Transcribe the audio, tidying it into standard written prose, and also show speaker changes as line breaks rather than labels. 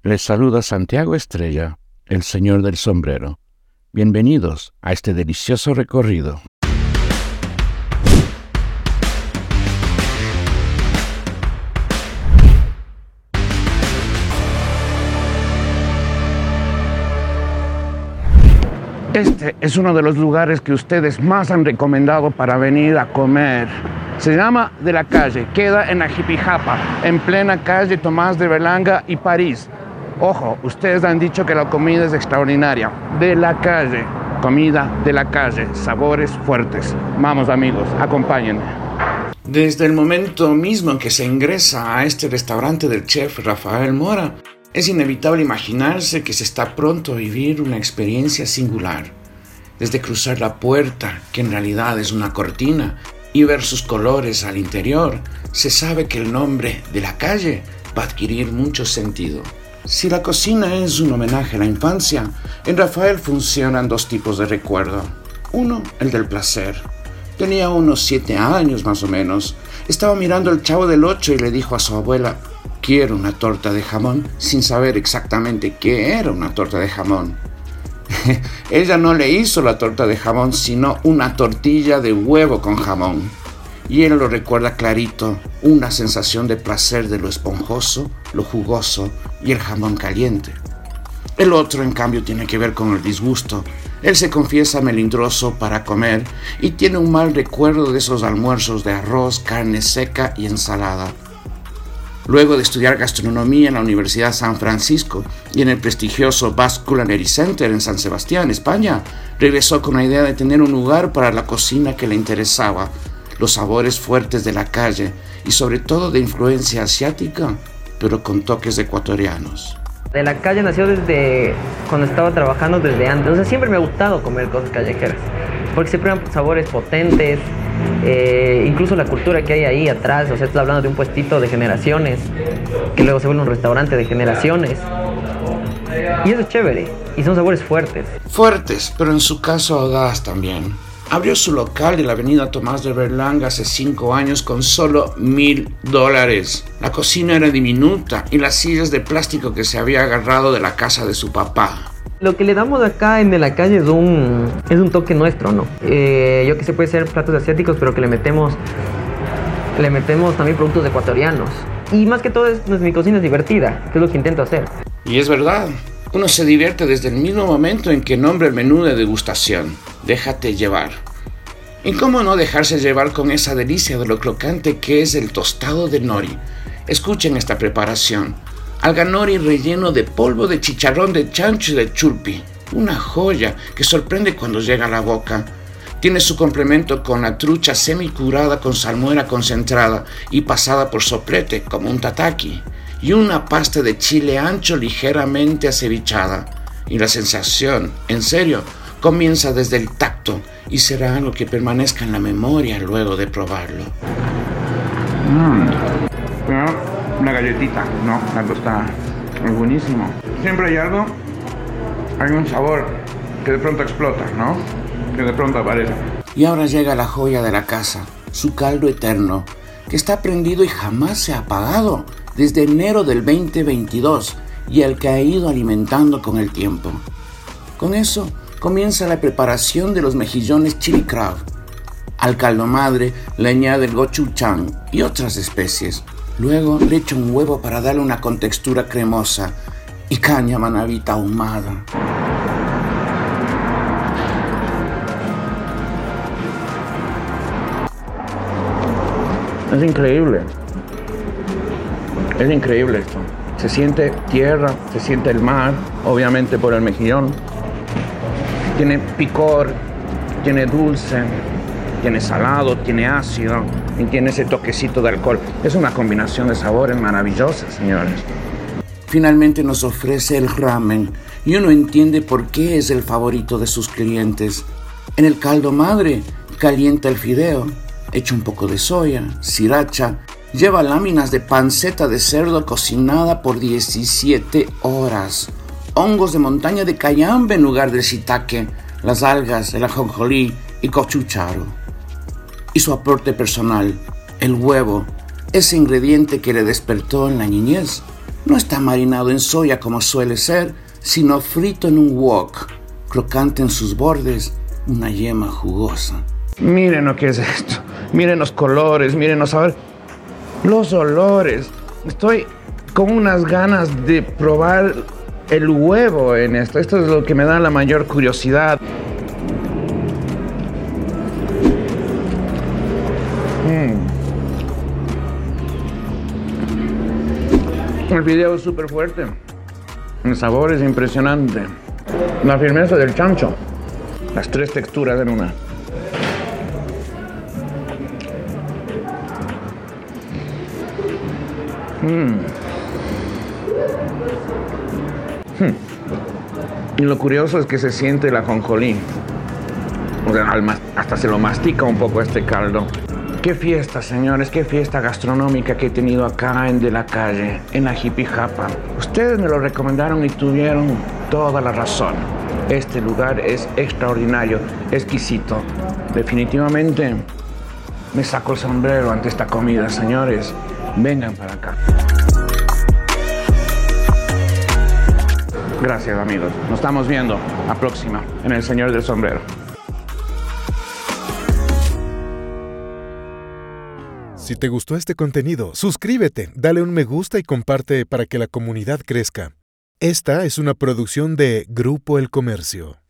Les saluda Santiago Estrella, el señor del sombrero. Bienvenidos a este delicioso recorrido. Este es uno de los lugares que ustedes más han recomendado para venir a comer. Se llama De la Calle, queda en Ajipijapa, en plena calle Tomás de Berlanga y París. Ojo, ustedes han dicho que la comida es extraordinaria. De la Calle, comida de la calle, sabores fuertes. Vamos amigos, acompáñenme. Desde el momento mismo en que se ingresa a este restaurante del chef Rafael Mora, es inevitable imaginarse que se está pronto a vivir una experiencia singular. Desde cruzar la puerta, que en realidad es una cortina, y ver sus colores al interior, se sabe que el nombre de la calle va a adquirir mucho sentido. Si la cocina es un homenaje a la infancia, en Rafael funcionan dos tipos de recuerdo. Uno, el del placer. Tenía unos 7 años más o menos. Estaba mirando El Chavo del Ocho y le dijo a su abuela: quiero una torta de jamón, sin saber exactamente qué era una torta de jamón. Ella no le hizo la torta de jamón, sino una tortilla de huevo con jamón. Y él lo recuerda clarito, una sensación de placer de lo esponjoso, lo jugoso y el jamón caliente. El otro, en cambio, tiene que ver con el disgusto. Él se confiesa melindroso para comer y tiene un mal recuerdo de esos almuerzos de arroz, carne seca y ensalada. Luego de estudiar gastronomía en la Universidad San Francisco y en el prestigioso Basque Culinary Center en San Sebastián, España, regresó con la idea de tener un lugar para la cocina que le interesaba, los sabores fuertes de la calle y sobre todo de influencia asiática, pero con toques ecuatorianos.
De la Calle nació desde cuando estaba trabajando desde antes. O sea, siempre me ha gustado comer cosas callejeras, porque siempre dan sabores potentes, incluso la cultura que hay ahí atrás. O sea, estás hablando de un puestito de generaciones, que luego se vuelve un restaurante de generaciones. Y eso es chévere, y son sabores fuertes.
Fuertes, pero en su caso audaz también. Abrió su local en la avenida Tomás de Berlanga hace 5 años con solo $1,000. La cocina era diminuta y las sillas de plástico que se había agarrado de la casa de su papá.
Lo que le damos acá en De la Calle es un toque nuestro, ¿no? Yo que sé, puede ser platos asiáticos, pero que le metemos también productos ecuatorianos. Y más que todo, mi cocina es divertida, que es lo que intento hacer.
Y es verdad. Uno se divierte desde el mismo momento en que nombra el menú de degustación. Déjate llevar. ¿Y cómo no dejarse llevar con esa delicia de lo crocante que es el tostado de nori? Escuchen esta preparación. Alga nori relleno de polvo de chicharrón de chancho y de chulpi. Una joya que sorprende cuando llega a la boca. Tiene su complemento con la trucha semicurada con salmuera concentrada y pasada por soplete como un tataki. Y una pasta de chile ancho ligeramente acevichada. Y la sensación, en serio, comienza desde el tacto y será algo que permanezca en la memoria luego de probarlo. Una galletita, ¿no? La tostada. Es buenísimo. Siempre hay un sabor que de pronto explota, ¿no? Que de pronto aparece. Y ahora llega la joya de la casa, su caldo eterno, que está prendido y jamás se ha apagado desde enero del 2022 y el que ha ido alimentando con el tiempo. Con eso comienza la preparación de los mejillones chili crab. Al caldo madre le añade el gochujang y otras especies. Luego le echa un huevo para darle una contextura cremosa y caña manavita ahumada. Es increíble. Es increíble esto. Se siente tierra, se siente el mar, obviamente por el mejillón. Tiene picor, tiene dulce, tiene salado, tiene ácido y tiene ese toquecito de alcohol. Es una combinación de sabores maravillosa, señores. Finalmente nos ofrece el ramen y uno entiende por qué es el favorito de sus clientes. En el caldo madre calienta el fideo, echa un poco de soya, sriracha. Lleva láminas de panceta de cerdo cocinada por 17 horas, hongos de montaña de cayambe en lugar del shiitake, las algas, el ajonjolí y gochujang. Y su aporte personal, el huevo, ese ingrediente que le despertó en la niñez, No está marinado en soya como suele ser, sino frito en un wok, crocante en sus bordes, una yema jugosa. Miren lo que es esto. Miren los colores, miren los sabores, los olores. Estoy con unas ganas de probar el huevo en esto. Esto es lo que me da la mayor curiosidad. El video es súper fuerte. El sabor es impresionante. La firmeza del chancho. Las 3 texturas en una. Y lo curioso es que se siente el ajonjolí. O sea, hasta se lo mastica un poco este caldo. Qué fiesta, señores, qué fiesta gastronómica que he tenido acá en De la Calle, en Ajipiqapa. Ustedes me lo recomendaron y tuvieron toda la razón. Este lugar es extraordinario, exquisito. Definitivamente me saco el sombrero ante esta comida, señores. Vengan para acá. Gracias, amigos. Nos estamos viendo la próxima en El Señor del Sombrero.
Si te gustó este contenido, suscríbete, dale un me gusta y comparte para que la comunidad crezca. Esta es una producción de Grupo El Comercio.